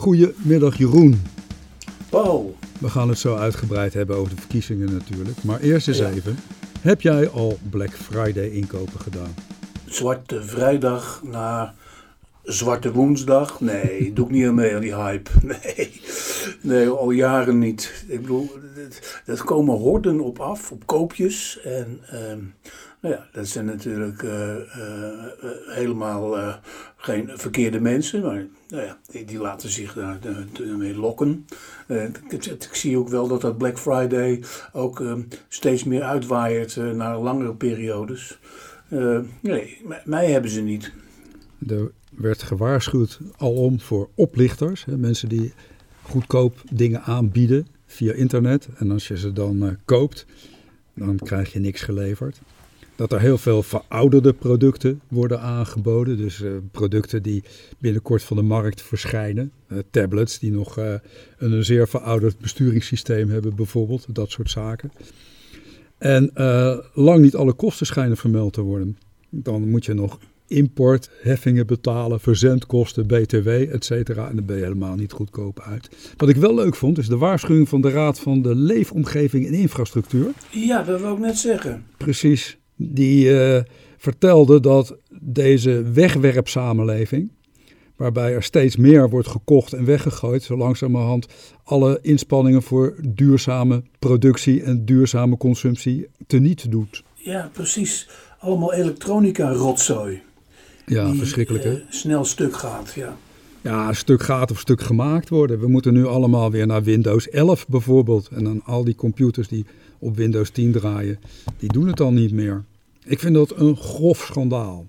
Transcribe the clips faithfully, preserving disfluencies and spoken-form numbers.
Goedemiddag Jeroen. Paul. We gaan het zo uitgebreid hebben over de verkiezingen natuurlijk. Maar eerst eens Ja. even. Heb jij al Black Friday inkopen gedaan? Zwarte vrijdag na zwarte woensdag? Nee, doe ik niet aan mee aan die hype. Nee, nee, al jaren niet. Ik bedoel, er komen horden op af, op koopjes. En uh, nou ja, dat zijn natuurlijk uh, uh, helemaal uh, geen verkeerde mensen. Maar nou ja, die, die laten zich daar mee lokken. Uh, ik, ik zie ook wel dat dat Black Friday ook uh, steeds meer uitwaait uh, naar langere periodes. Uh, nee, m- mij hebben ze niet. Er werd gewaarschuwd alom voor oplichters. Hè, mensen die goedkoop dingen aanbieden via internet. En als je ze dan uh, koopt, dan krijg je niks geleverd. Dat er heel veel verouderde producten worden aangeboden. Dus uh, producten die binnenkort van de markt verschijnen. Uh, tablets die nog uh, een zeer verouderd besturingssysteem hebben bijvoorbeeld. Dat soort zaken. En uh, lang niet alle kosten schijnen vermeld te worden. Dan moet je nog importheffingen betalen, verzendkosten, B T W, et cetera. En dan ben je helemaal niet goedkoop uit. Wat ik wel leuk vond, is de waarschuwing van de Raad van de Leefomgeving en Infrastructuur. Ja, dat wil ik net zeggen. Precies. Die uh, vertelde dat deze wegwerpsamenleving, waarbij er steeds meer wordt gekocht en weggegooid, zo langzamerhand alle inspanningen voor duurzame productie en duurzame consumptie teniet doet. Ja, precies. Allemaal elektronica rotzooi. Ja, die, verschrikkelijk hè? Uh, snel stuk gaat, ja. Ja, een stuk gaat of stuk gemaakt worden. We moeten nu allemaal weer naar Windows elf bijvoorbeeld. En dan al die computers die op Windows tien draaien, die doen het dan niet meer. Ik vind dat een grof schandaal.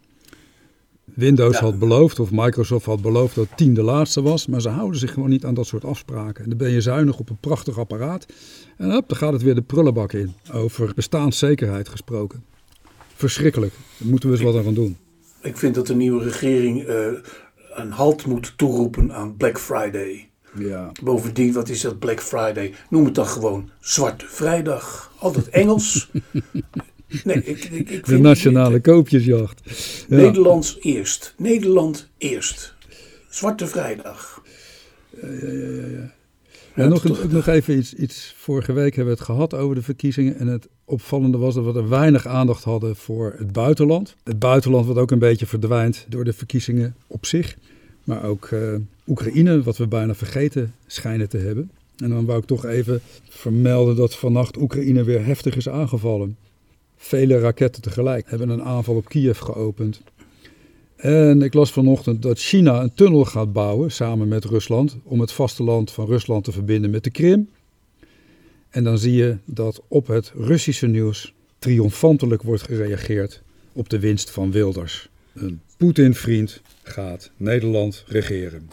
Windows ja. had beloofd, of Microsoft had beloofd dat tien de laatste was. Maar ze houden zich gewoon niet aan dat soort afspraken. En dan ben je zuinig op een prachtig apparaat. En hop, dan gaat het weer de prullenbak in. Over bestaanszekerheid gesproken. Verschrikkelijk. Daar moeten we eens wat aan doen. Ik vind dat de nieuwe regering uh, een halt moet toeroepen aan Black Friday. Ja. Bovendien, wat is dat Black Friday? Noem het dan gewoon Zwarte Vrijdag. Altijd Engels. Nee, ik, ik, ik vind de nationale het, koopjesjacht. Ja. Nederlands eerst. Nederland eerst. Zwarte Vrijdag. Ja, ja, ja, ja. ja. En nog, toch, nog even iets, iets. Vorige week hebben we het gehad over de verkiezingen. En het opvallende was dat we er weinig aandacht hadden voor het buitenland. Het buitenland wat ook een beetje verdwijnt door de verkiezingen op zich. Maar ook uh, Oekraïne, wat we bijna vergeten schijnen te hebben. En dan wou ik toch even vermelden dat vannacht Oekraïne weer heftig is aangevallen. Vele raketten tegelijk hebben een aanval op Kiev geopend. En ik las vanochtend dat China een tunnel gaat bouwen samen met Rusland om het vasteland van Rusland te verbinden met de Krim. En dan zie je dat op het Russische nieuws triomfantelijk wordt gereageerd op de winst van Wilders. Een Poetin-vriend gaat Nederland regeren.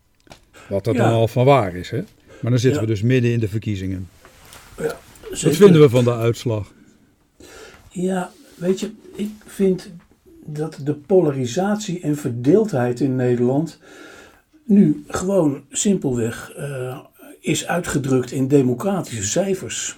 Wat dat ja. dan al van waar is, hè? Maar dan zitten ja. we dus midden in de verkiezingen. Ja, wat vinden we van de uitslag? Ja, weet je, ik vind dat de polarisatie en verdeeldheid in Nederland nu gewoon simpelweg uh, is uitgedrukt in democratische cijfers.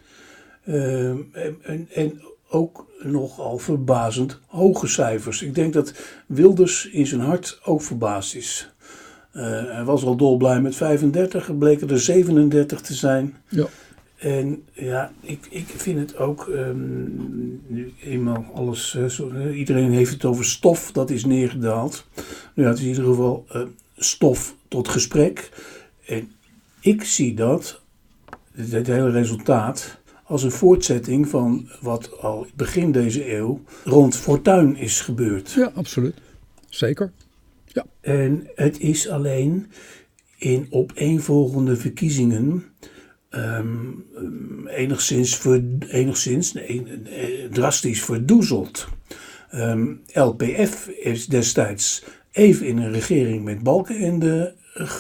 Uh, en, en ook nogal verbazend hoge cijfers. Ik denk dat Wilders in zijn hart ook verbaasd is. Uh, hij was al dolblij met vijfendertig, er bleken er zevenendertig te zijn. Ja. En ja, ik, ik vind het ook, um, nu eenmaal alles, uh, zo, uh, iedereen heeft het over stof, dat is neergedaald. Nou ja, het is in ieder geval uh, stof tot gesprek. En ik zie dat, het, het hele resultaat, als een voortzetting van wat al begin deze eeuw rond Fortuyn is gebeurd. Ja, absoluut. Zeker. Ja. En het is alleen in opeenvolgende verkiezingen Um, um, enigszins, ver, enigszins nee, drastisch verdoezeld. Um, L P F is destijds even in een regering met Balkenende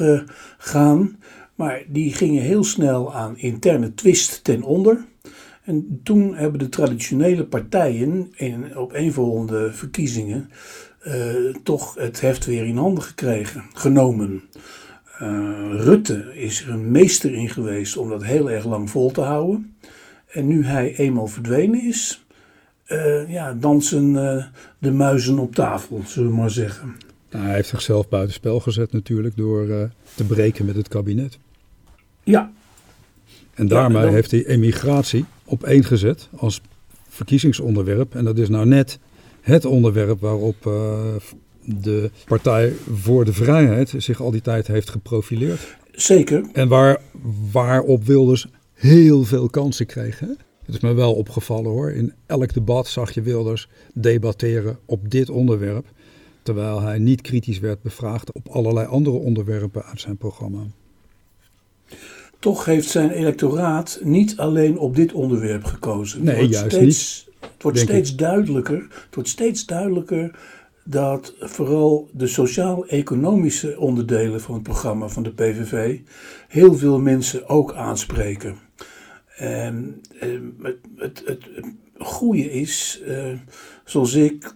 gegaan, maar die gingen heel snel aan interne twist ten onder. En toen hebben de traditionele partijen in opeenvolgende verkiezingen uh, toch het heft weer in handen gekregen, genomen. Uh, Rutte is er een meester in geweest om dat heel erg lang vol te houden. En nu hij eenmaal verdwenen is, uh, ja, dansen uh, de muizen op tafel, zullen we maar zeggen. Nou, hij heeft zichzelf buitenspel gezet natuurlijk door uh, te breken met het kabinet. Ja. En daarmee ja, dan... heeft hij emigratie op één gezet als verkiezingsonderwerp. En dat is nou net het onderwerp waarop uh, de Partij voor de Vrijheid zich al die tijd heeft geprofileerd. Zeker. En waar, waarop Wilders heel veel kansen kreeg. Hè? Het is me wel opgevallen hoor. In elk debat zag je Wilders debatteren op dit onderwerp. Terwijl hij niet kritisch werd bevraagd op allerlei andere onderwerpen uit zijn programma. Toch heeft zijn electoraat niet alleen op dit onderwerp gekozen. Nee, het wordt juist steeds, niet. Het wordt steeds duidelijker, het wordt steeds duidelijker dat vooral de sociaal-economische onderdelen van het programma van de P V V heel veel mensen ook aanspreken. En eh, het, het, het, het goede is, uh, zoals ik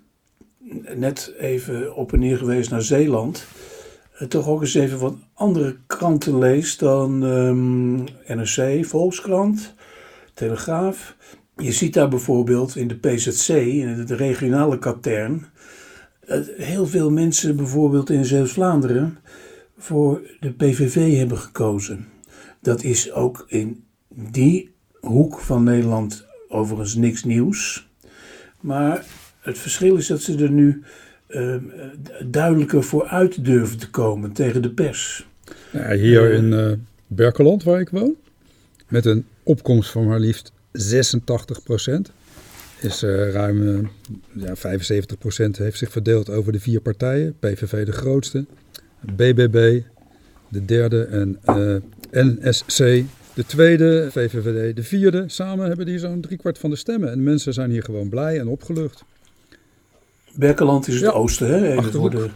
net even op en neer geweest naar Zeeland, uh, toch ook eens even wat andere kranten lees dan um, N R C, Volkskrant, Telegraaf. Je ziet daar bijvoorbeeld in de P Z C, in de regionale katern, uh, heel veel mensen bijvoorbeeld in Zeeuws-Vlaanderen voor de P V V hebben gekozen. Dat is ook in die hoek van Nederland overigens niks nieuws. Maar het verschil is dat ze er nu uh, duidelijker voor uit durven te komen tegen de pers. Ja, hier uh, in uh, Berkeland, waar ik woon, met een opkomst van maar liefst zesentachtig procent, is uh, ruim uh, ja, vijfenzeventig procent heeft zich verdeeld over de vier partijen. P V V de grootste, B B B de derde en uh, N S C de tweede, V V V D de vierde. Samen hebben die zo'n driekwart van de stemmen. En mensen zijn hier gewoon blij en opgelucht. Berkeland is het ja, oosten, hè? Achterhoek. De...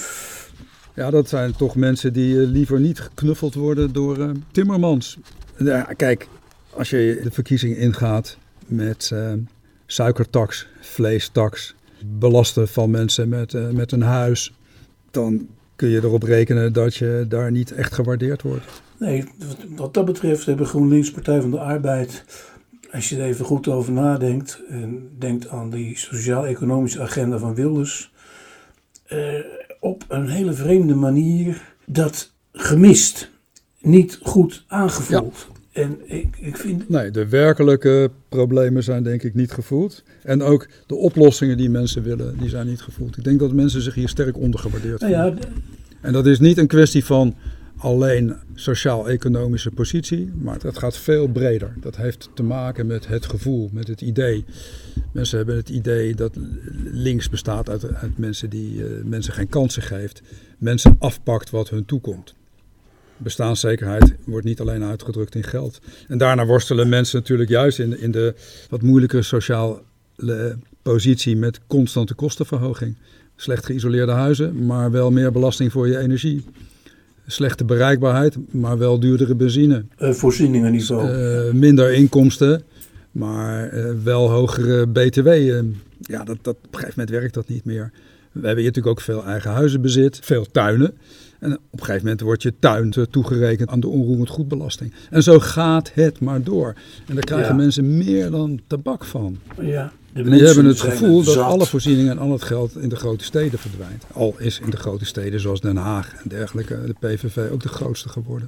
Ja, dat zijn toch mensen die uh, liever niet geknuffeld worden door uh, Timmermans. Ja, kijk, als je de verkiezing ingaat met uh, suikertax, vleestax, belasten van mensen met, uh, met een huis, dan kun je erop rekenen dat je daar niet echt gewaardeerd wordt. Nee, wat dat betreft hebben GroenLinks, Partij van de Arbeid, als je er even goed over nadenkt en denkt aan die sociaal-economische agenda van Wilders, eh, op een hele vreemde manier dat gemist, niet goed aangevoeld. Ja. En ik, ik vind... Nee, de werkelijke problemen zijn denk ik niet gevoeld. En ook de oplossingen die mensen willen, die zijn niet gevoeld. Ik denk dat mensen zich hier sterk ondergewaardeerd nou ja, voelen. En dat is niet een kwestie van alleen sociaal-economische positie, maar dat gaat veel breder. Dat heeft te maken met het gevoel, met het idee. Mensen hebben het idee dat links bestaat uit, uit mensen die uh, mensen geen kansen geeft. Mensen afpakt wat hun toekomt. Bestaanszekerheid wordt niet alleen uitgedrukt in geld. En daarna worstelen mensen natuurlijk juist in, in de wat moeilijke sociale positie met constante kostenverhoging. Slecht geïsoleerde huizen, maar wel meer belasting voor je energie. Slechte bereikbaarheid, maar wel duurdere benzine. Uh, voorzieningenniveau. Uh, minder inkomsten, maar uh, wel hogere B T W. Uh, ja, dat, dat, op een gegeven moment werkt dat niet meer. We hebben hier natuurlijk ook veel eigen huizenbezit, veel tuinen. En op een gegeven moment wordt je tuin toegerekend aan de onroerend goedbelasting. En zo gaat het maar door. En daar krijgen ja. mensen meer dan tabak van. Ja, en die hebben het gevoel dat alle voorzieningen en al het geld in de grote steden verdwijnt. Al is in de grote steden zoals Den Haag en dergelijke de P V V ook de grootste geworden.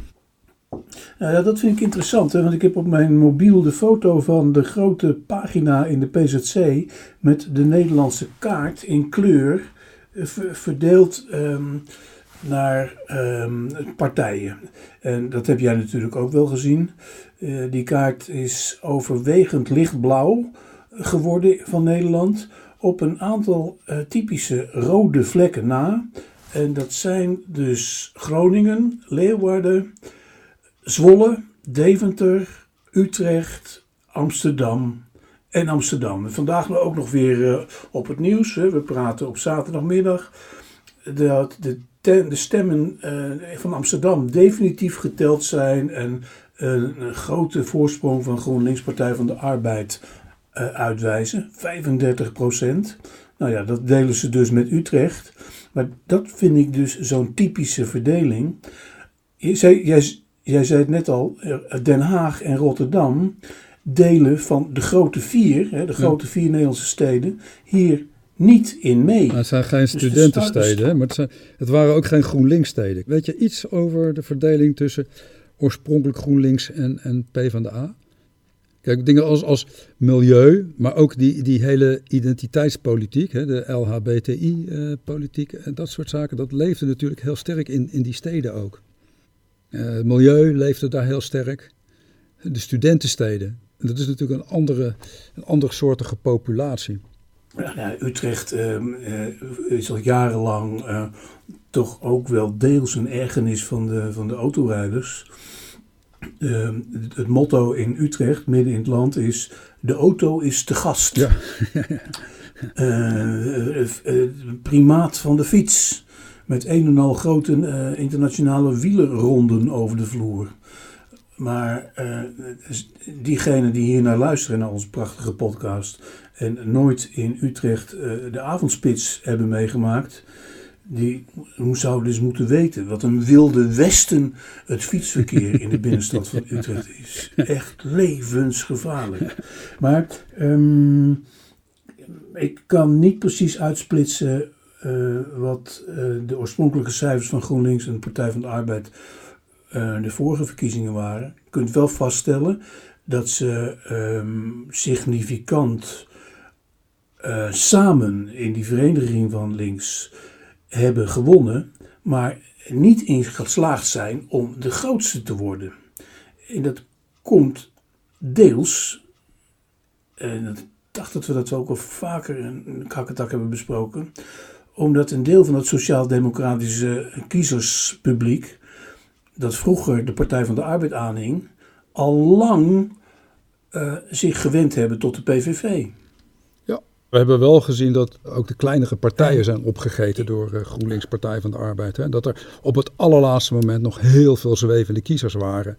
Nou ja, dat vind ik interessant, hè? Want ik heb op mijn mobiel de foto van de grote pagina in de P Z C met de Nederlandse kaart in kleur ver- verdeeld um, naar um, partijen. En dat heb jij natuurlijk ook wel gezien. Uh, die kaart is overwegend lichtblauw geworden van Nederland op een aantal uh, typische rode vlekken na. En dat zijn dus Groningen, Leeuwarden, Zwolle, Deventer, Utrecht, Amsterdam en Amsterdam. En vandaag ook nog weer uh, op het nieuws. Hè. We praten op zaterdagmiddag dat de, te- de stemmen uh, van Amsterdam definitief geteld zijn en een, een grote voorsprong van GroenLinks, Partij van de Arbeid uh, uitwijzen. vijfendertig procent. Nou ja, dat delen ze dus met Utrecht. Maar dat vind ik dus zo'n typische verdeling. Je zei, jij, jij zei het net al, Den Haag en Rotterdam delen van de grote vier, hè, de grote vier Nederlandse steden, hier niet in mee. Maar het zijn geen Dus de studentensteden, stad- hè, maar het, zijn, het waren ook geen GroenLinks-steden. Weet je iets over de verdeling tussen oorspronkelijk GroenLinks en, en PvdA? Kijk, dingen als, als milieu, maar ook die, die hele identiteitspolitiek, hè, de L H B T I-politiek en dat soort zaken, dat leefde natuurlijk heel sterk in, in die steden ook. Uh, milieu leefde daar heel sterk. De studentensteden. En dat is natuurlijk een andere, een andere soortige populatie. Ja, ja, Utrecht uh, uh, is al jarenlang uh, toch ook wel deels een ergernis van de, van de autorijders. Uh, het motto in Utrecht, midden in het land, is: de auto is te gast. Ja. uh, uh, uh, primaat van de fiets. Met een en al grote uh, internationale wielerronden over de vloer. Maar uh, diegenen die hier naar luisteren, naar onze prachtige podcast, en nooit in Utrecht uh, de avondspits hebben meegemaakt, die zouden dus moeten weten wat een wilde westen het fietsverkeer in de binnenstad van Utrecht is. Echt levensgevaarlijk. Maar um, ik kan niet precies uitsplitsen uh, wat uh, de oorspronkelijke cijfers van GroenLinks en de Partij van de Arbeid uh, de vorige verkiezingen waren. Je kunt wel vaststellen dat ze um, significant uh, samen in die vereniging van links hebben gewonnen, maar niet in geslaagd zijn om de grootste te worden. En dat komt deels, en ik dacht dat we dat ook al vaker in Kakketak hebben besproken, omdat een deel van het sociaal-democratische kiezerspubliek, dat vroeger de Partij van de Arbeid aanhing, al lang uh, zich gewend hebben tot de P V V. We hebben wel gezien dat ook de kleinere partijen zijn opgegeten door uh, GroenLinks Partij van de Arbeid. Hè? Dat er op het allerlaatste moment nog heel veel zwevende kiezers waren.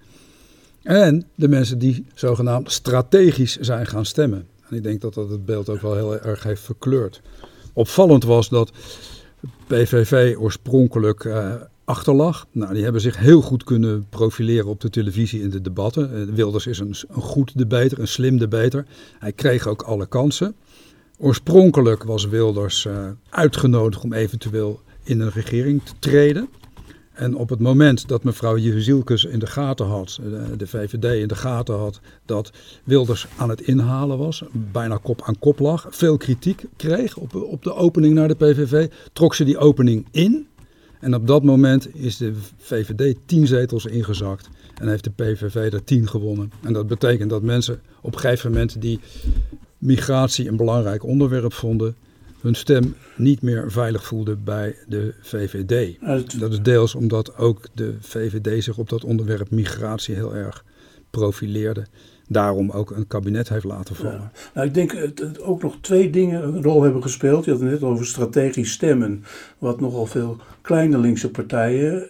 En de mensen die zogenaamd strategisch zijn gaan stemmen. En ik denk dat dat het beeld ook wel heel erg heeft verkleurd. Opvallend was dat P V V oorspronkelijk uh, achterlag. Nou, die hebben zich heel goed kunnen profileren op de televisie in de debatten. Uh, Wilders is een, een goed debater, een slim debater. Hij kreeg ook alle kansen. Oorspronkelijk was Wilders uh, uitgenodigd om eventueel in een regering te treden. En op het moment dat mevrouw Jezielkes in de gaten had, de, de V V D in de gaten had, dat Wilders aan het inhalen was, bijna kop aan kop lag, veel kritiek kreeg op, op de opening naar de P V V, trok ze die opening in. En op dat moment is de V V D tien zetels ingezakt en heeft de P V V er tien gewonnen. En dat betekent dat mensen op een gegeven moment die migratie een belangrijk onderwerp vonden, hun stem niet meer veilig voelden bij de V V D. Dat is deels omdat ook de V V D zich op dat onderwerp migratie heel erg profileerde. Daarom ook een kabinet heeft laten vallen. Ja. Nou, ik denk dat ook nog twee dingen een rol hebben gespeeld. Je had het net over strategisch stemmen, wat nogal veel kleine linkse partijen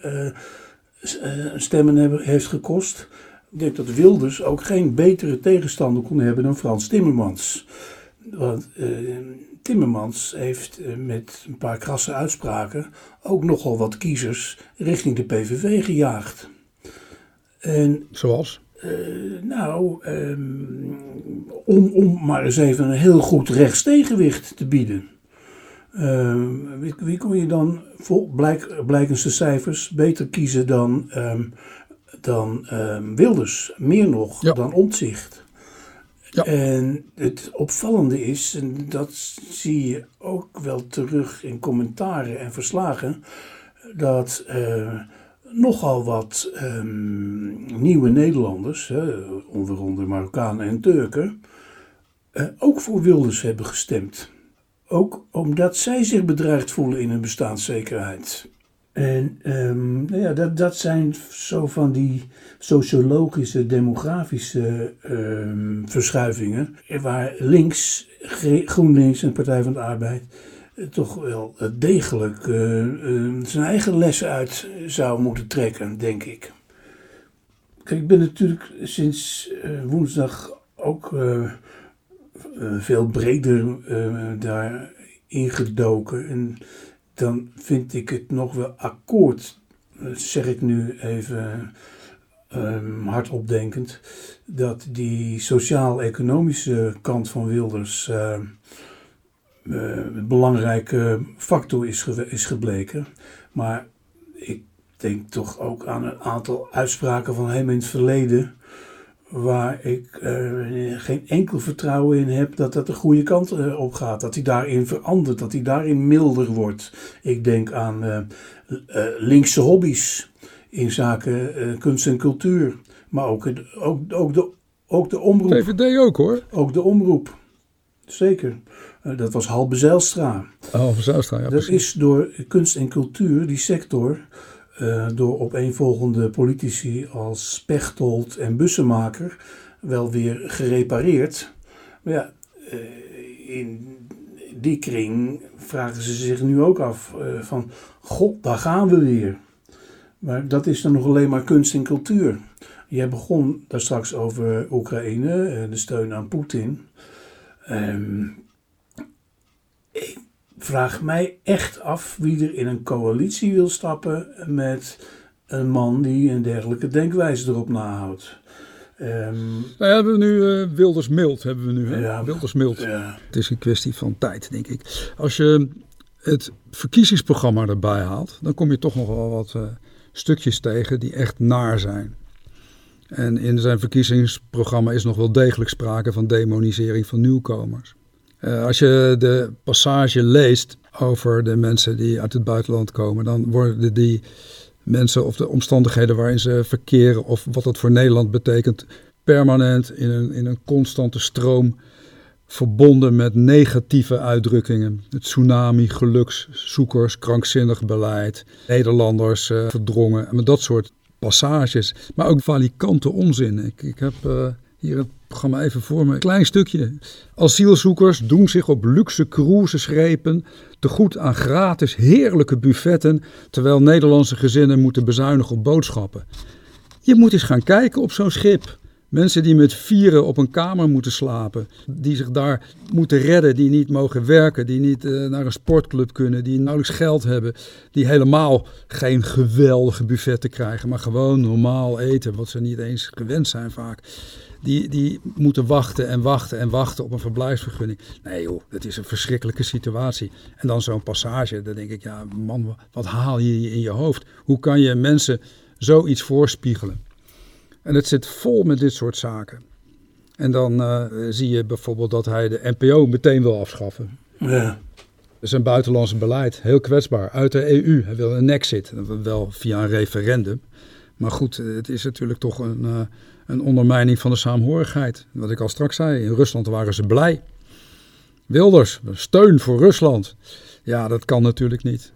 uh, stemmen hebben, heeft gekost. Ik denk dat Wilders ook geen betere tegenstander kon hebben dan Frans Timmermans. Want uh, Timmermans heeft uh, met een paar krasse uitspraken ook nogal wat kiezers richting de P V V gejaagd. En, Zoals? Uh, nou, um, om, om maar eens even een heel goed rechtstegenwicht te bieden. Uh, wie, wie kon je dan, vol, blijk, blijkens de cijfers, beter kiezen dan, um, dan um, Wilders? Meer nog ja. dan Omtzigt. Ja. En het opvallende is, en dat zie je ook wel terug in commentaren en verslagen, dat uh, nogal wat um, nieuwe Nederlanders, hè, onder Marokkanen en Turken, uh, ook voor Wilders hebben gestemd. Ook omdat zij zich bedreigd voelen in hun bestaanszekerheid. En um, nou ja, dat, dat zijn zo van die sociologische, demografische um, verschuivingen, waar links, GroenLinks en Partij van de Arbeid toch wel degelijk uh, uh, zijn eigen lessen uit zou moeten trekken, denk ik. Kijk, ik ben natuurlijk sinds uh, woensdag ook uh, uh, veel breder uh, daar ingedoken. En dan vind ik het nog wel akkoord, uh, zeg ik nu even um, hardop denkend, dat die sociaal-economische kant van Wilders Uh, uh, een belangrijke factor is, ge- is gebleken. Maar ik denk toch ook aan een aantal uitspraken van hem in het verleden, waar ik uh, geen enkel vertrouwen in heb dat dat de goede kant uh, op gaat. Dat hij daarin verandert, dat hij daarin milder wordt. Ik denk aan uh, uh, linkse hobby's in zaken uh, kunst en cultuur. Maar ook, ook, ook, de, ook de omroep. V V D ook hoor. Ook de omroep. Zeker. Uh, dat was Halbe Zijlstra. Halbe Zijlstra, ja, dat precies. is door kunst en cultuur, die sector, Uh, door opeenvolgende politici als Pechtold en Bussemaker wel weer gerepareerd. Maar ja, uh, in die kring vragen ze zich nu ook af uh, van, god, daar gaan we weer. Maar dat is dan nog alleen maar kunst en cultuur. Jij begon daar straks over Oekraïne en de steun aan Poetin. Um, ik vraag mij echt af wie er in een coalitie wil stappen met een man die een dergelijke denkwijze erop nahoudt. Um, nou ja, hebben we nu uh, Wilders-Mild, hebben we nu. Hè? Ja, Wilders-Mild. Ja. Het is een kwestie van tijd, denk ik. Als je het verkiezingsprogramma erbij haalt, dan kom je toch nog wel wat uh, stukjes tegen die echt naar zijn. En in zijn verkiezingsprogramma is nog wel degelijk sprake van demonisering van nieuwkomers. Uh, als je de passage leest over de mensen die uit het buitenland komen, dan worden die mensen of de omstandigheden waarin ze verkeren of wat dat voor Nederland betekent, permanent in een, in een constante stroom verbonden met negatieve uitdrukkingen. Het tsunami, gelukszoekers, krankzinnig beleid, Nederlanders uh, verdrongen, met dat soort passages. Maar ook valikante onzin. Ik, ik heb uh, hier het programma even voor me. Een klein stukje. Asielzoekers doen zich op luxe cruiseschepen te goed aan gratis heerlijke buffetten, terwijl Nederlandse gezinnen moeten bezuinigen op boodschappen. Je moet eens gaan kijken op zo'n schip. Mensen die met vieren op een kamer moeten slapen, die zich daar moeten redden, die niet mogen werken, die niet uh, naar een sportclub kunnen, die nauwelijks geld hebben, die helemaal geen geweldige buffetten krijgen, maar gewoon normaal eten, wat ze niet eens gewend zijn vaak. Die, die moeten wachten en wachten en wachten op een verblijfsvergunning. Nee joh, het is een verschrikkelijke situatie. En dan zo'n passage, dan denk ik, ja man, wat haal je in je hoofd? Hoe kan je mensen zoiets voorspiegelen? En het zit vol met dit soort zaken. En dan uh, zie je bijvoorbeeld dat hij de N P O meteen wil afschaffen. Ja. Dat is een buitenlandse beleid, heel kwetsbaar. Uit de E U, hij wil een exit, wel via een referendum. Maar goed, het is natuurlijk toch een, uh, een ondermijning van de saamhorigheid. Wat ik al straks zei, in Rusland waren ze blij. Wilders, steun voor Rusland. Ja, dat kan natuurlijk niet.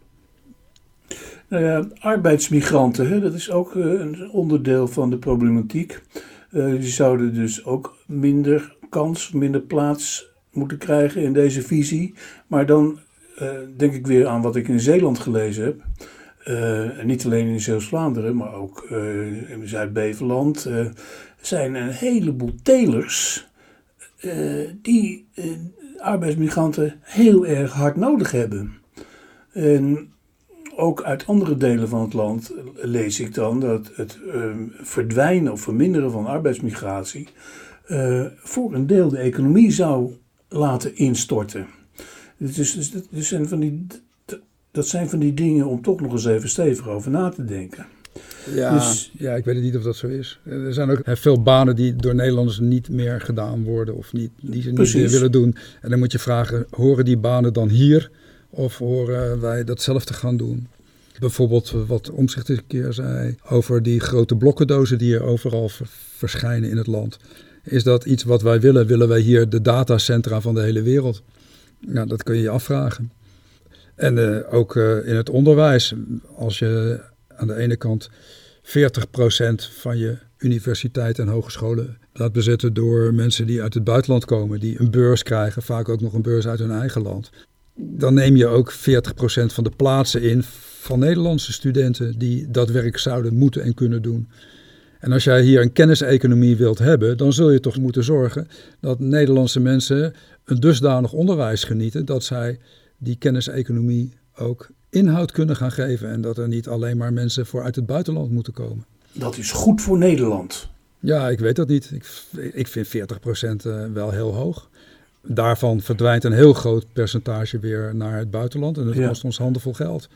Nou ja, arbeidsmigranten, hè, dat is ook uh, een onderdeel van de problematiek. Uh, die zouden dus ook minder kans, minder plaats moeten krijgen in deze visie. Maar dan uh, denk ik weer aan wat ik in Zeeland gelezen heb. Uh, niet alleen in Zeeuws-Vlaanderen, maar ook uh, in Zuid-Beveland. Uh, zijn een heleboel telers uh, die uh, arbeidsmigranten heel erg hard nodig hebben. En ook uit andere delen van het land lees ik dan dat het uh, verdwijnen of verminderen van arbeidsmigratie uh, voor een deel de economie zou laten instorten. Dus, dus, dus zijn van die, dat zijn van die dingen om toch nog eens even stevig over na te denken. Ja, dus, ja, ik weet niet of dat zo is. Er zijn ook veel banen die door Nederlanders niet meer gedaan worden of niet, die ze niet precies. meer willen doen. En dan moet je vragen, horen die banen dan hier of horen wij datzelfde gaan doen? Bijvoorbeeld wat Omtzigt een keer zei over die grote blokkendozen die er overal ver- verschijnen in het land. Is dat iets wat wij willen? Willen wij hier de datacentra van de hele wereld? Nou, dat kun je je afvragen. En uh, ook uh, in het onderwijs, als je aan de ene kant veertig procent van je universiteit en hogescholen laat bezetten door mensen die uit het buitenland komen, die een beurs krijgen, vaak ook nog een beurs uit hun eigen land. Dan neem je ook veertig procent van de plaatsen in van Nederlandse studenten die dat werk zouden moeten en kunnen doen. En als jij hier een kenniseconomie wilt hebben, dan zul je toch moeten zorgen dat Nederlandse mensen een dusdanig onderwijs genieten dat zij die kenniseconomie ook inhoud kunnen gaan geven en dat er niet alleen maar mensen voor uit het buitenland moeten komen. Dat is goed voor Nederland. Ja, ik weet dat niet. Ik, ik vind veertig procent wel heel hoog. daarvan verdwijnt een heel groot percentage weer naar het buitenland. En dat Ja. kost ons handenvol geld.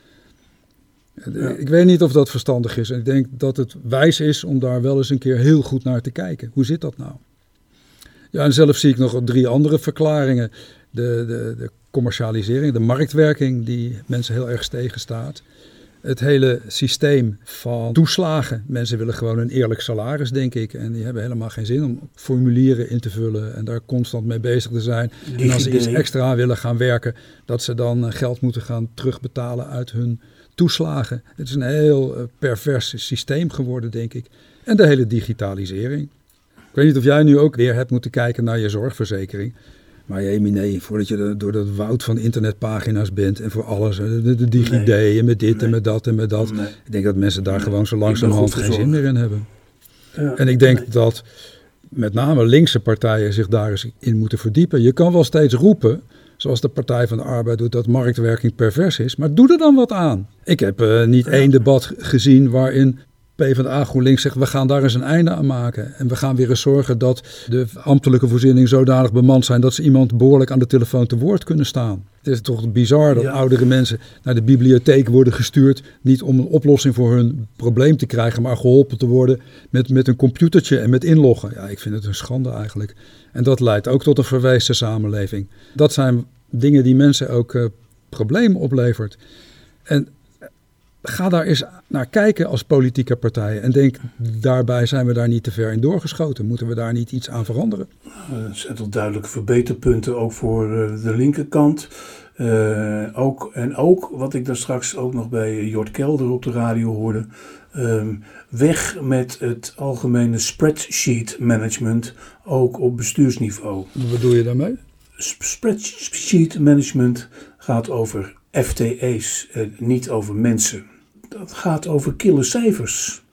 Ja. Ik weet niet of dat verstandig is. En ik denk dat het wijs is om daar wel eens een keer heel goed naar te kijken. Hoe zit dat nou? Ja, en zelf zie ik nog drie andere verklaringen. De, de, de commercialisering, de marktwerking die mensen heel erg tegenstaat. Het hele systeem van toeslagen. Mensen willen gewoon een eerlijk salaris, denk ik. En die hebben helemaal geen zin om formulieren in te vullen en daar constant mee bezig te zijn. Die en als ze idee. iets extra willen gaan werken, dat ze dan geld moeten gaan terugbetalen uit hun toeslagen. Het is een heel uh, pervers systeem geworden, denk ik. En de hele digitalisering. Ik weet niet of jij nu ook weer hebt moeten kijken naar je zorgverzekering. Maar jee, nee, voordat je de, door dat woud van internetpagina's bent en voor alles, de, de, de DigiD nee. en met dit nee. en met dat en met dat. Nee. Ik denk dat mensen daar nee. gewoon zo langzamerhand geen zin meer in hebben. Ja, en ik denk nee. dat met name linkse partijen zich daar eens in moeten verdiepen. Je kan wel steeds roepen, zoals de Partij van de Arbeid doet, dat marktwerking pervers is. Maar doe er dan wat aan. Ik heb uh, niet ja. één debat gezien waarin PvdA GroenLinks zegt, we gaan daar eens een einde aan maken. En we gaan weer eens zorgen dat de ambtelijke voorzieningen zodanig bemand zijn dat ze iemand behoorlijk aan de telefoon te woord kunnen staan. Het is toch bizar dat ja. oudere mensen naar de bibliotheek worden gestuurd, niet om een oplossing voor hun probleem te krijgen, maar geholpen te worden met, met een computertje en met inloggen. Ja, ik vind het een schande eigenlijk. En dat leidt ook tot een verweesde samenleving. Dat zijn dingen die mensen ook uh, problemen oplevert. En ga daar eens naar kijken als politieke partijen. En denk, daarbij zijn we daar niet te ver in doorgeschoten. Moeten we daar niet iets aan veranderen? Er zijn toch duidelijke verbeterpunten ook voor de linkerkant. Uh, ook, en ook, wat ik daar straks ook nog bij Jort Kelder op de radio hoorde. Um, weg met het algemene spreadsheet management, ook op bestuursniveau. Wat bedoel je daarmee? Spreadsheet management gaat over F T E's, eh, niet over mensen. Dat gaat over kille cijfers.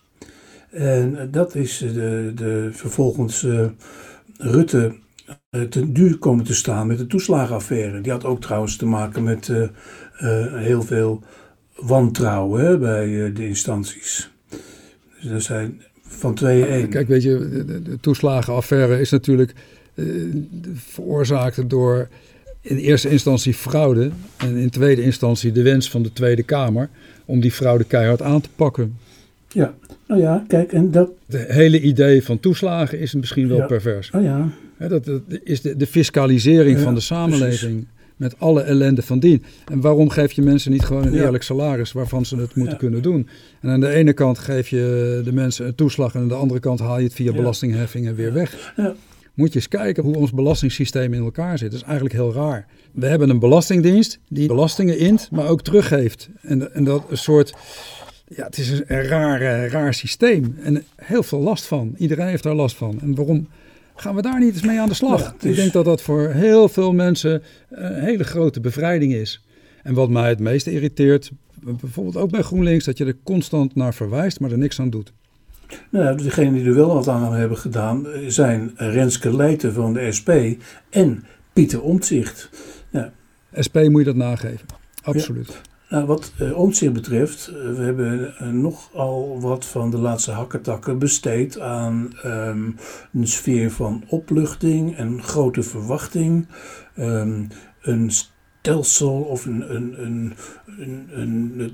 En dat is de, de, vervolgens uh, Rutte uh, ten duur komen te staan met de toeslagenaffaire. Die had ook trouwens te maken met uh, uh, heel veel wantrouwen hè, bij uh, de instanties. Dus er zijn van twee één. Kijk, weet je, de, de toeslagenaffaire is natuurlijk uh, veroorzaakt door in eerste instantie fraude en in tweede instantie de wens van de Tweede Kamer om die fraude keihard aan te pakken. Ja, nou ja, kijk, en dat... Het hele idee van toeslagen is misschien wel ja. pervers. Oh ja. Ja, dat, dat is de, de fiscalisering ja, van de samenleving precies. Met alle ellende van dien. En waarom geef je mensen niet gewoon een ja. eerlijk salaris waarvan ze het moeten ja. kunnen doen? En aan de ene kant geef je de mensen een toeslag en aan de andere kant haal je het via ja. belastingheffingen weer weg. Ja. Moet je eens kijken hoe ons belastingssysteem in elkaar zit. Dat is eigenlijk heel raar. We hebben een belastingdienst die belastingen int, maar ook teruggeeft. En, en dat een soort... Ja, het is een raar, raar systeem. En heel veel last van. Iedereen heeft daar last van. En waarom gaan we daar niet eens mee aan de slag? Ja, is... Ik denk dat dat voor heel veel mensen een hele grote bevrijding is. En wat mij het meeste irriteert, bijvoorbeeld ook bij GroenLinks, dat je er constant naar verwijst, maar er niks aan doet. Nou, degenen die er wel wat aan hebben gedaan zijn Renske Leijten van de S P en Pieter Omtzigt. Ja. S P moet je dat nageven, absoluut. Ja. Nou, wat uh, Omtzigt betreft, uh, we hebben uh, nogal wat van de laatste hakketakken besteed aan um, een sfeer van opluchting en grote verwachting. Um, een stelsel of een, een, een, een, een, een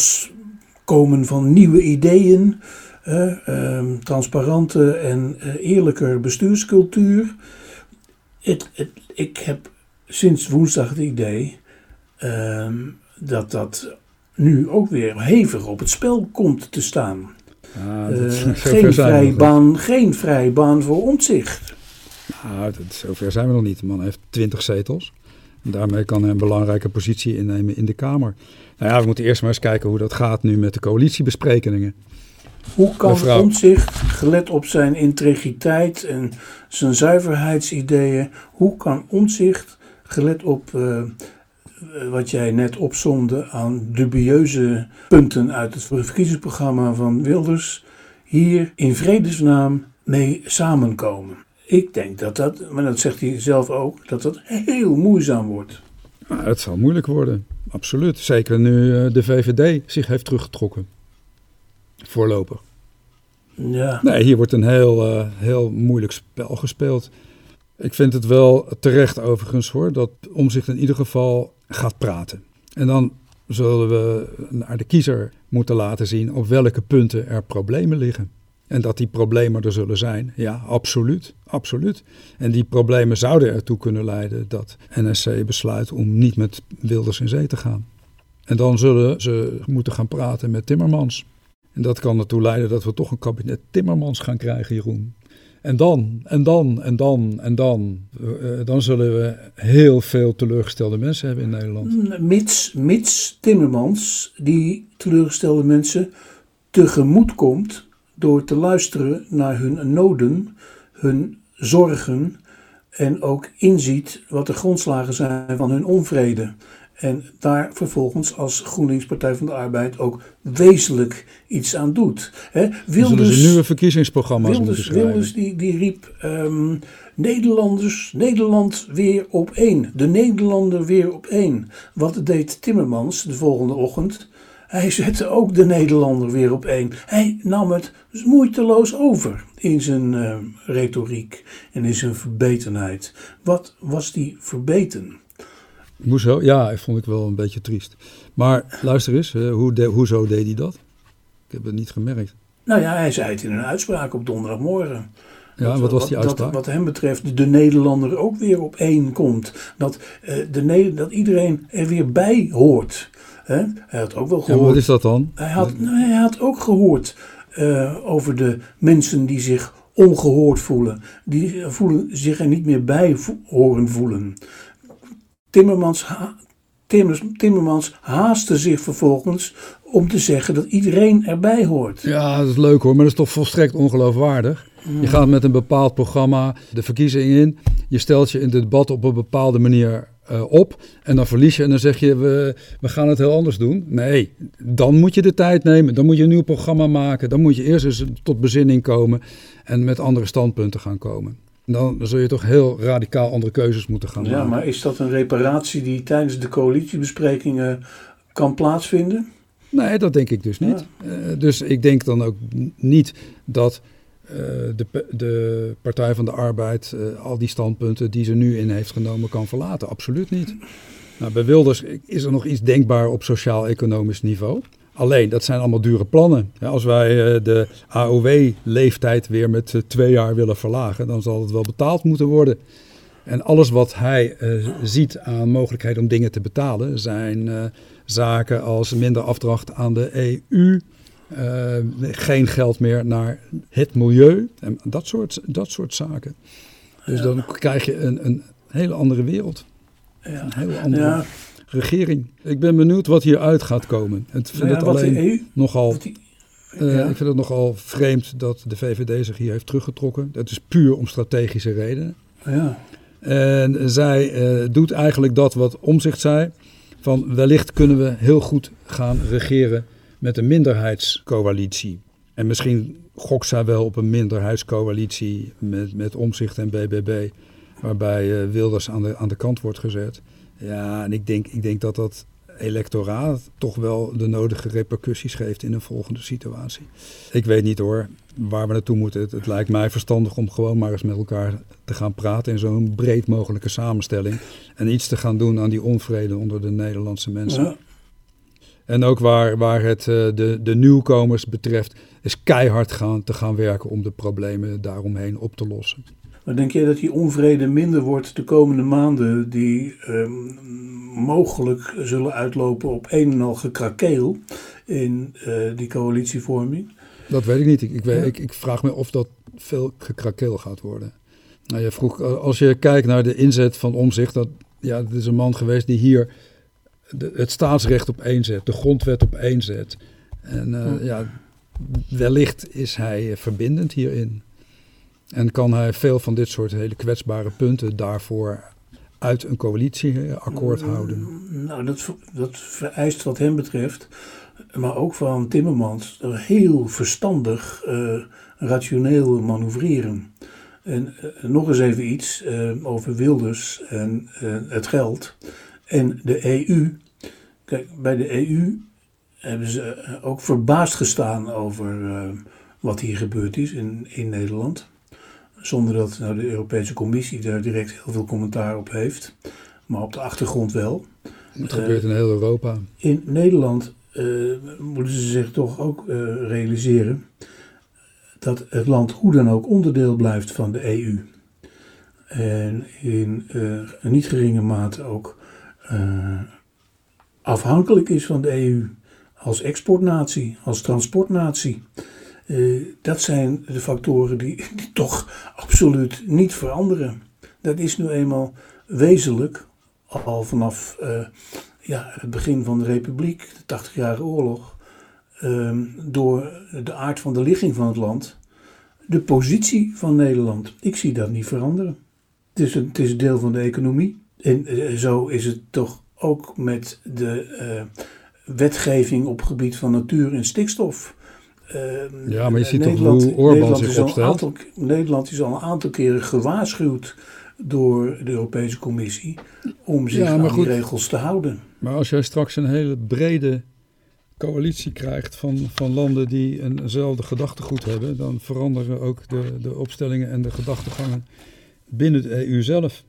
loskomen van nieuwe ideeën. Uh, um, transparante en uh, eerlijker bestuurscultuur. Het, het, ik heb sinds woensdag het idee um, dat dat nu ook weer hevig op het spel komt te staan. Ah, dat uh, geen, vrije baan, geen vrije baan voor Omtzigt. Nou, dat, zover zijn we nog niet. De man heeft twintig zetels. En daarmee kan hij een belangrijke positie innemen in de Kamer. Nou ja, we moeten eerst maar eens kijken hoe dat gaat nu met de coalitiebesprekingen. Hoe kan Omtzigt, gelet op zijn integriteit en zijn zuiverheidsideeën, hoe kan Omtzigt, gelet op uh, wat jij net opsomde aan dubieuze punten uit het verkiezingsprogramma van Wilders, hier in vredesnaam mee samenkomen? Ik denk dat dat, maar dat zegt hij zelf ook, dat dat heel moeizaam wordt. Nou, het zal moeilijk worden, absoluut. Zeker nu de V V D zich heeft teruggetrokken. Voorlopig. Ja. Nee, hier wordt een heel, uh, heel moeilijk spel gespeeld. Ik vind het wel terecht overigens hoor, dat Omtzigt in ieder geval gaat praten. En dan zullen we naar de kiezer moeten laten zien op welke punten er problemen liggen. En dat die problemen er zullen zijn, ja, absoluut, absoluut. En die problemen zouden ertoe kunnen leiden dat N S C besluit om niet met Wilders in zee te gaan. En dan zullen ze moeten gaan praten met Timmermans. En dat kan ertoe leiden dat we toch een kabinet Timmermans gaan krijgen, Jeroen. En dan, en dan, en dan, en dan. Uh, dan zullen we heel veel teleurgestelde mensen hebben in Nederland. Mits, mits Timmermans die teleurgestelde mensen tegemoet komt door te luisteren naar hun noden, hun zorgen en ook inziet wat de grondslagen zijn van hun onvrede. En daar vervolgens als GroenLinks Partij van de Arbeid ook wezenlijk iets aan doet. He, Wilders, zullen ze nieuwe verkiezingsprogramma's Wilders, moeten schrijven. Wilders die, die riep um, Nederlanders, Nederland weer op één. De Nederlander weer op één. Wat deed Timmermans de volgende ochtend? Hij zette ook de Nederlander weer op één. Hij nam het moeiteloos over in zijn uh, retoriek en in zijn verbetenheid. Wat was die verbeten? Hoezo? Ja, vond ik wel een beetje triest. Maar luister eens, hoe de, hoezo deed hij dat? Ik heb het niet gemerkt. Nou ja, hij zei het in een uitspraak op donderdagmorgen. Ja, dat, wat was die uitspraak? Dat wat hem betreft de Nederlander ook weer op één komt. Dat, uh, de, dat iedereen er weer bij hoort. He? Hij had ook wel gehoord. Ja, wat is dat dan? Hij had, nou, hij had ook gehoord uh, over de mensen die zich ongehoord voelen. Die voelen, zich er niet meer bij vo- horen voelen. Timmermans, ha- Timmers, Timmermans haastte zich vervolgens om te zeggen dat iedereen erbij hoort. Ja, dat is leuk hoor, maar dat is toch volstrekt ongeloofwaardig. Mm. Je gaat met een bepaald programma de verkiezingen in. Je stelt je in het debat op een bepaalde manier uh, op. En dan verlies je en dan zeg je, we, we gaan het heel anders doen. Nee, dan moet je de tijd nemen. Dan moet je een nieuw programma maken. Dan moet je eerst eens tot bezinning komen en met andere standpunten gaan komen. Dan zul je toch heel radicaal andere keuzes moeten gaan maken. Ja, maar is dat een reparatie die tijdens de coalitiebesprekingen kan plaatsvinden? Nee, dat denk ik dus niet. Ja. Uh, dus ik denk dan ook niet dat uh, de, de Partij van de Arbeid uh, al die standpunten die ze nu in heeft genomen kan verlaten. Absoluut niet. Nou, bij Wilders is er nog iets denkbaar op sociaal-economisch niveau. Alleen, dat zijn allemaal dure plannen. Ja, als wij uh, de A O W-leeftijd weer met uh, twee jaar willen verlagen, dan zal het wel betaald moeten worden. En alles wat hij uh, ziet aan mogelijkheden om dingen te betalen, zijn uh, zaken als minder afdracht aan de E U, uh, geen geld meer naar het milieu en dat soort, dat soort zaken. Dus ja. Dan krijg je een, een hele andere wereld. Ja. Een hele andere ja. regering. Ik ben benieuwd wat hieruit gaat komen. Ik vind, ja, het, alleen E U, nogal, die, ja. uh, ik vind het nogal vreemd dat de V V D zich hier heeft teruggetrokken. Dat is puur om strategische redenen. Ja. En zij uh, doet eigenlijk dat wat Omtzigt zei. Van wellicht kunnen we heel goed gaan regeren met een minderheidscoalitie. En misschien gokt zij wel op een minderheidscoalitie met, met Omtzigt en B B B. Waarbij uh, Wilders aan de, aan de kant wordt gezet. Ja, en ik denk, ik denk dat dat electoraat toch wel de nodige repercussies geeft in een volgende situatie. Ik weet niet hoor, waar we naartoe moeten. Het, het lijkt mij verstandig om gewoon maar eens met elkaar te gaan praten in zo'n breed mogelijke samenstelling. En iets te gaan doen aan die onvrede onder de Nederlandse mensen. Ja. En ook waar, waar het de, de nieuwkomers betreft, is keihard gaan, te gaan werken om de problemen daaromheen op te lossen. Maar denk jij dat die onvrede minder wordt de komende maanden die um, mogelijk zullen uitlopen op een en al gekrakeel in uh, die coalitievorming? Dat weet ik niet. Ik, ik, weet, ja. ik, ik vraag me of dat veel gekrakeel gaat worden. Nou, je vroeg, als je kijkt naar de inzet van Omtzigt, dat ja, het is een man geweest die hier de, het staatsrecht op één zet, de grondwet op één zet. En uh, ja. ja, wellicht is hij verbindend hierin. En kan hij veel van dit soort hele kwetsbare punten daarvoor uit een coalitieakkoord houden? Nou, dat, dat vereist wat hem betreft, maar ook van Timmermans, heel verstandig, uh, rationeel manoeuvreren. En uh, nog eens even iets uh, over Wilders en uh, het geld en de E U. Kijk, bij de E U hebben ze ook verbaasd gestaan over uh, wat hier gebeurd is in, in Nederland. Zonder dat nou, de Europese Commissie daar direct heel veel commentaar op heeft. Maar op de achtergrond wel. Het gebeurt uh, in heel Europa. In Nederland uh, moeten ze zich toch ook uh, realiseren dat het land hoe dan ook onderdeel blijft van de E U. En in uh, een niet geringe mate ook uh, afhankelijk is van de E U. Als exportnatie, als transportnatie. Uh, dat zijn de factoren die, die toch absoluut niet veranderen. Dat is nu eenmaal wezenlijk al vanaf uh, ja, het begin van de Republiek, de tachtigjarige oorlog, uh, door de aard van de ligging van het land, de positie van Nederland. Ik zie dat niet veranderen. Het is een, het is een deel van de economie. En uh, zo is het toch ook met de uh, wetgeving op het gebied van natuur en stikstof. Uh, ja, maar je ziet Nederland, toch hoe Orbán Nederland zich opstelt? Aantal, Nederland is al een aantal keren gewaarschuwd door de Europese Commissie om zich ja, aan goed, die regels te houden. Maar als jij straks een hele brede coalitie krijgt van, van landen die eenzelfde gedachtegoed hebben, dan veranderen ook de, de opstellingen en de gedachtegangen binnen de E U zelf.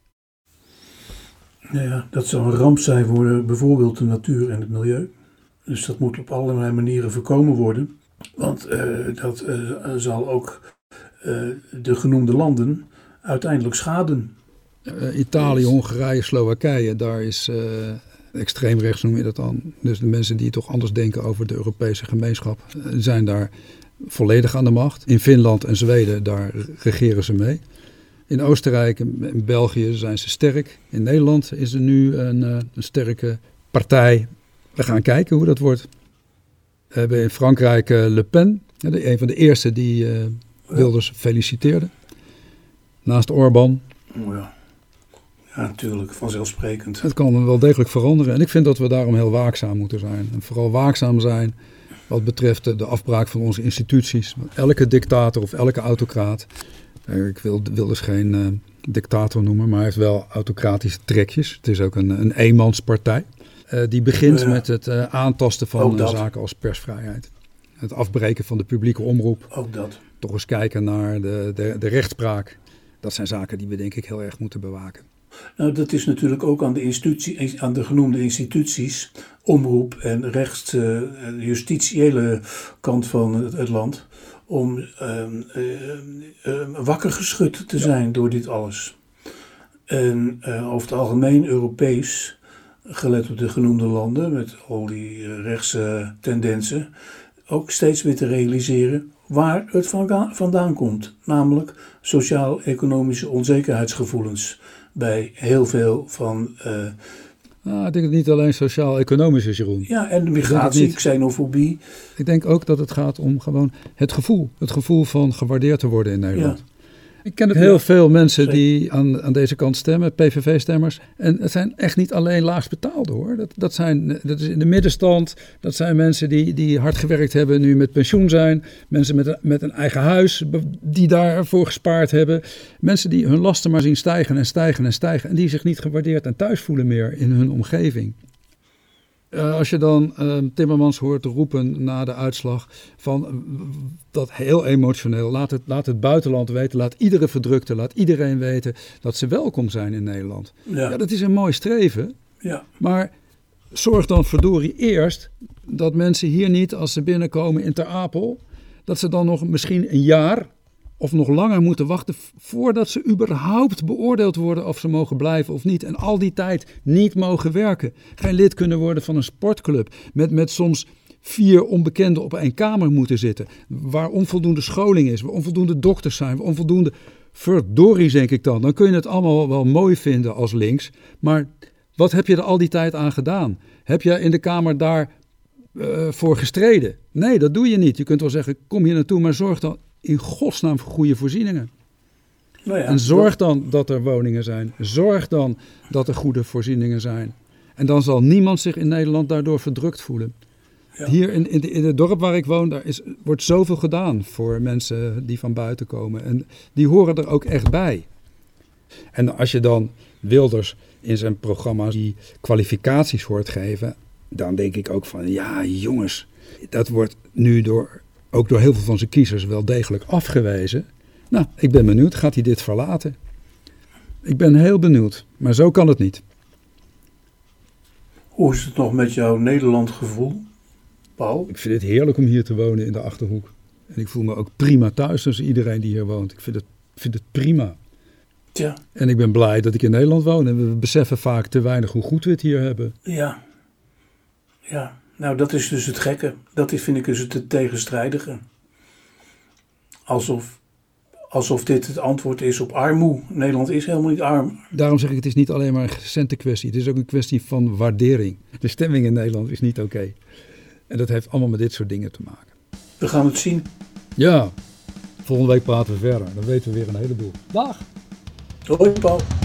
Ja, dat zou een ramp zijn voor bijvoorbeeld de natuur en het milieu. Dus dat moet op allerlei manieren voorkomen worden. Want uh, dat uh, zal ook uh, de genoemde landen uiteindelijk schaden. Uh, Italië, Hongarije, Slowakije, daar is uh, extreem rechts, noem je dat dan. Dus de mensen die toch anders denken over de Europese gemeenschap uh, zijn daar volledig aan de macht. In Finland en Zweden, daar regeren ze mee. In Oostenrijk en België zijn ze sterk. In Nederland is er nu een, uh, een sterke partij. We gaan kijken hoe dat wordt. We hebben in Frankrijk uh, Le Pen, de, een van de eerste die uh, Wilders feliciteerde. Naast Orbán. Ja. ja, natuurlijk, vanzelfsprekend. Het kan wel degelijk veranderen. En ik vind dat we daarom heel waakzaam moeten zijn. En vooral waakzaam zijn wat betreft de afbraak van onze instituties. Elke dictator of elke autocraat, ik wil Wilders geen uh, dictator noemen, maar hij heeft wel autocratische trekjes. Het is ook een, een eenmanspartij. Uh, die begint ja. met het uh, aantasten van uh, zaken als persvrijheid. Het afbreken van de publieke omroep. Ook dat. Toch eens kijken naar de, de, de rechtspraak. Dat zijn zaken die we denk ik heel erg moeten bewaken. Nou, dat is natuurlijk ook aan de, institutie, aan de genoemde instituties, omroep en rechts, uh, justitiële kant van het, het land, om uh, uh, uh, wakker geschud te zijn ja. door dit alles. En uh, over het algemeen Europees, gelet op de genoemde landen, met al die uh, rechtse tendensen, ook steeds weer te realiseren waar het vandaan komt. Namelijk sociaal-economische onzekerheidsgevoelens bij heel veel van... Uh, nou, ik denk dat het niet alleen sociaal-economisch is, Jeroen. Ja, en de migratie, xenofobie. Ik denk ook dat het gaat om gewoon het gevoel. Het gevoel van gewaardeerd te worden in Nederland. Ja. Ik ken het heel ja, veel mensen zeker. die aan, aan deze kant stemmen, P V V-stemmers. En het zijn echt niet alleen laagst betaalde hoor. Dat, dat, zijn, dat is in de middenstand. Dat zijn mensen die, die hard gewerkt hebben, nu met pensioen zijn. Mensen met een, met een eigen huis, die daarvoor gespaard hebben. Mensen die hun lasten maar zien stijgen en stijgen en stijgen. En die zich niet gewaardeerd en thuis voelen meer in hun omgeving. Uh, als je dan uh, Timmermans hoort roepen na de uitslag van uh, dat heel emotioneel. Laat het, laat het buitenland weten, laat iedere verdrukte, laat iedereen weten dat ze welkom zijn in Nederland. Ja, ja dat is een mooi streven. Ja. Maar zorg dan verdorie eerst dat mensen hier niet, als ze binnenkomen in Ter Apel, dat ze dan nog misschien een jaar of nog langer moeten wachten voordat ze überhaupt beoordeeld worden of ze mogen blijven of niet. En al die tijd niet mogen werken. Geen lid kunnen worden van een sportclub. Met, met soms vier onbekenden op één kamer moeten zitten. Waar onvoldoende scholing is, waar onvoldoende dokters zijn, waar onvoldoende... Verdorie, denk ik dan. Dan kun je het allemaal wel mooi vinden als links. Maar wat heb je er al die tijd aan gedaan? Heb je in de Kamer daar uh, voor gestreden? Nee, dat doe je niet. Je kunt wel zeggen, kom hier naartoe, maar zorg dan in godsnaam voor goede voorzieningen. Nou ja, en zorg dan dat er woningen zijn. Zorg dan dat er goede voorzieningen zijn. En dan zal niemand zich in Nederland daardoor verdrukt voelen. Ja. Hier in, in, de, in het dorp waar ik woon, daar is, wordt zoveel gedaan voor mensen die van buiten komen. En die horen er ook echt bij. En als je dan Wilders in zijn programma die kwalificaties hoort geven, dan denk ik ook van, ja jongens, dat wordt nu door... ook door heel veel van zijn kiezers wel degelijk afgewezen. Nou, ik ben benieuwd. Gaat hij dit verlaten? Ik ben heel benieuwd. Maar zo kan het niet. Hoe is het nog met jouw Nederland gevoel, Paul? Ik vind het heerlijk om hier te wonen in de Achterhoek. En ik voel me ook prima thuis tussen iedereen die hier woont. Ik vind het, vind het prima. Tja. En ik ben blij dat ik in Nederland woon. En we beseffen vaak te weinig hoe goed we het hier hebben. Ja. Ja. Nou, dat is dus het gekke. Dat is, vind ik dus het tegenstrijdige. Alsof, alsof dit het antwoord is op armoe. Nederland is helemaal niet arm. Daarom zeg ik, het is niet alleen maar een centenkwestie. Het is ook een kwestie van waardering. De stemming in Nederland is niet oké. Okay. En dat heeft allemaal met dit soort dingen te maken. We gaan het zien. Ja, volgende week praten we verder. Dan weten we weer een heleboel. Dag! Hoi Paul.